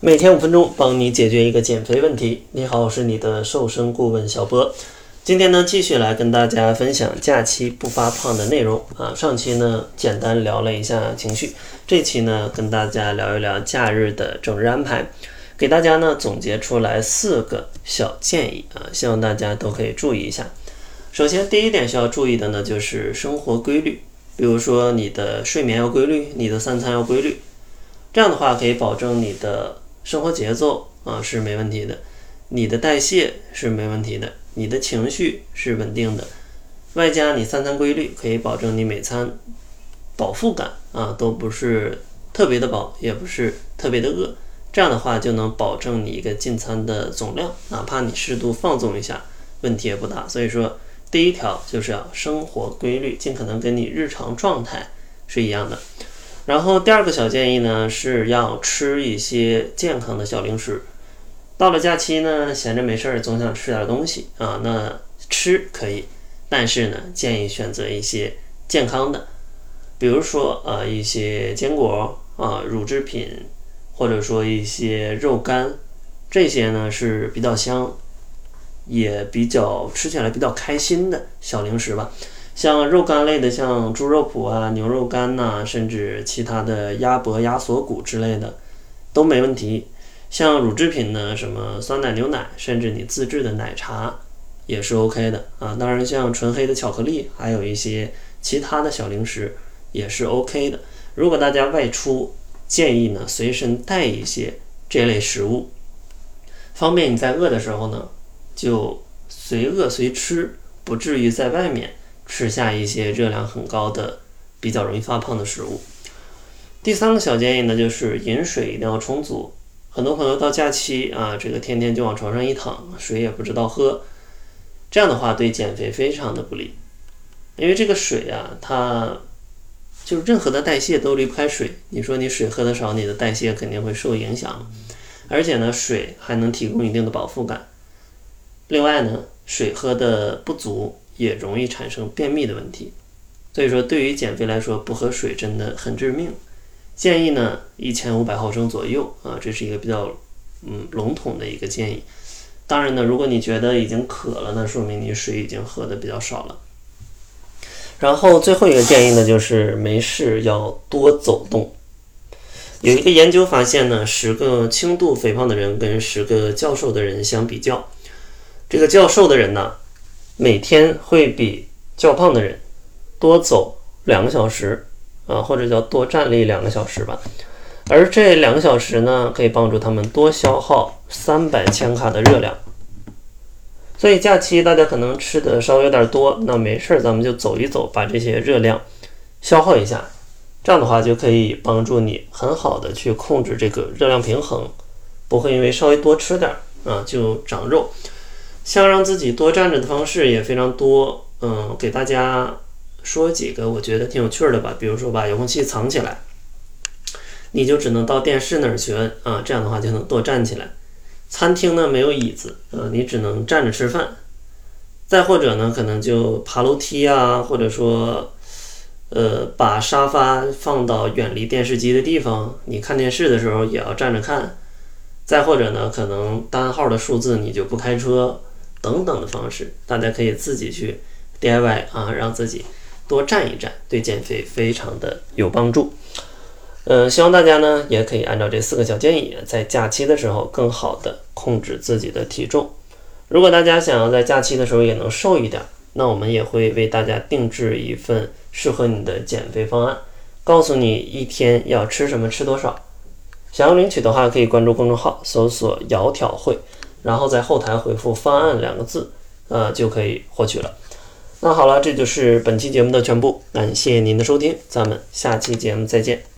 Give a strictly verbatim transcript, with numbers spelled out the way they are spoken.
每天五分钟，帮你解决一个减肥问题。你好，我是你的瘦身顾问小波。今天呢，继续来跟大家分享假期不发胖的内容啊。上期呢，简单聊了一下情绪，这期呢，跟大家聊一聊假日的整日安排，给大家呢总结出来四个小建议啊，希望大家都可以注意一下。首先，第一点需要注意的呢，就是生活规律，比如说你的睡眠要规律，你的三餐要规律，这样的话可以保证你的生活节奏啊是没问题的，你的代谢是没问题的，你的情绪是稳定的，外加你三餐规律，可以保证你每餐饱腹感啊都不是特别的饱，也不是特别的饿，这样的话就能保证你一个进餐的总量，哪怕你适度放纵一下，问题也不大。所以说，第一条就是要生活规律，尽可能跟你日常状态是一样的。然后第二个小建议呢，是要吃一些健康的小零食。到了假期呢，闲着没事儿总想吃点东西啊，那吃可以，但是呢，建议选择一些健康的，比如说呃一些坚果啊、乳制品，或者说一些肉干，这些呢是比较香，也比较吃起来比较开心的小零食吧。像肉干类的，像猪肉脯啊、牛肉干呐、啊，甚至其他的鸭脖、鸭锁骨之类的都没问题。像乳制品呢，什么酸奶、牛奶，甚至你自制的奶茶也是 OK 的啊。当然，像纯黑的巧克力，还有一些其他的小零食也是 OK 的。如果大家外出，建议呢随身带一些这类食物，方便你在饿的时候呢就随饿随吃，不至于在外面吃下一些热量很高的比较容易发胖的食物。第三个小建议呢，就是饮水一定要充足。很多朋友到假期啊，这个天天就往床上一躺，水也不知道喝，这样的话对减肥非常的不利。因为这个水啊，它就是任何的代谢都离不开水，你说你水喝得少，你的代谢肯定会受影响。而且呢，水还能提供一定的饱腹感。另外呢，水喝的不足也容易产生便秘的问题，所以说对于减肥来说，不喝水真的很致命。建议呢一千五百毫升左右啊，这是一个比较嗯笼统的一个建议。当然呢，如果你觉得已经渴了，那说明你水已经喝的比较少了。然后最后一个建议呢，就是没事要多走动。有一个研究发现呢，十个轻度肥胖的人跟十个较瘦的人相比较，这个较瘦的人呢，每天会比较胖的人多走两个小时啊，或者叫多站立两个小时吧。而这两个小时呢，可以帮助他们多消耗三百千卡的热量。所以假期大家可能吃的稍微有点多，那没事咱们就走一走，把这些热量消耗一下。这样的话就可以帮助你很好的去控制这个热量平衡，不会因为稍微多吃点啊就长肉。像让自己多站着的方式也非常多，嗯，给大家说几个我觉得挺有趣的吧。比如说把遥控器藏起来，你就只能到电视那儿去摁啊，这样的话就能多站起来。餐厅呢没有椅子，呃，你只能站着吃饭。再或者呢，可能就爬楼梯啊，或者说呃，把沙发放到远离电视机的地方，你看电视的时候也要站着看。再或者呢，可能单号的数字你就不开车，等等的方式，大家可以自己去 D I Y 啊，让自己多站一站，对减肥非常的有帮助。呃，希望大家呢也可以按照这四个小建议，在假期的时候更好的控制自己的体重。如果大家想要在假期的时候也能瘦一点，那我们也会为大家定制一份适合你的减肥方案，告诉你一天要吃什么，吃多少。想要领取的话，可以关注公众号，搜索窈窕会，然后在后台回复方案两个字，呃，就可以获取了。那好了，这就是本期节目的全部，感谢您的收听，咱们下期节目再见。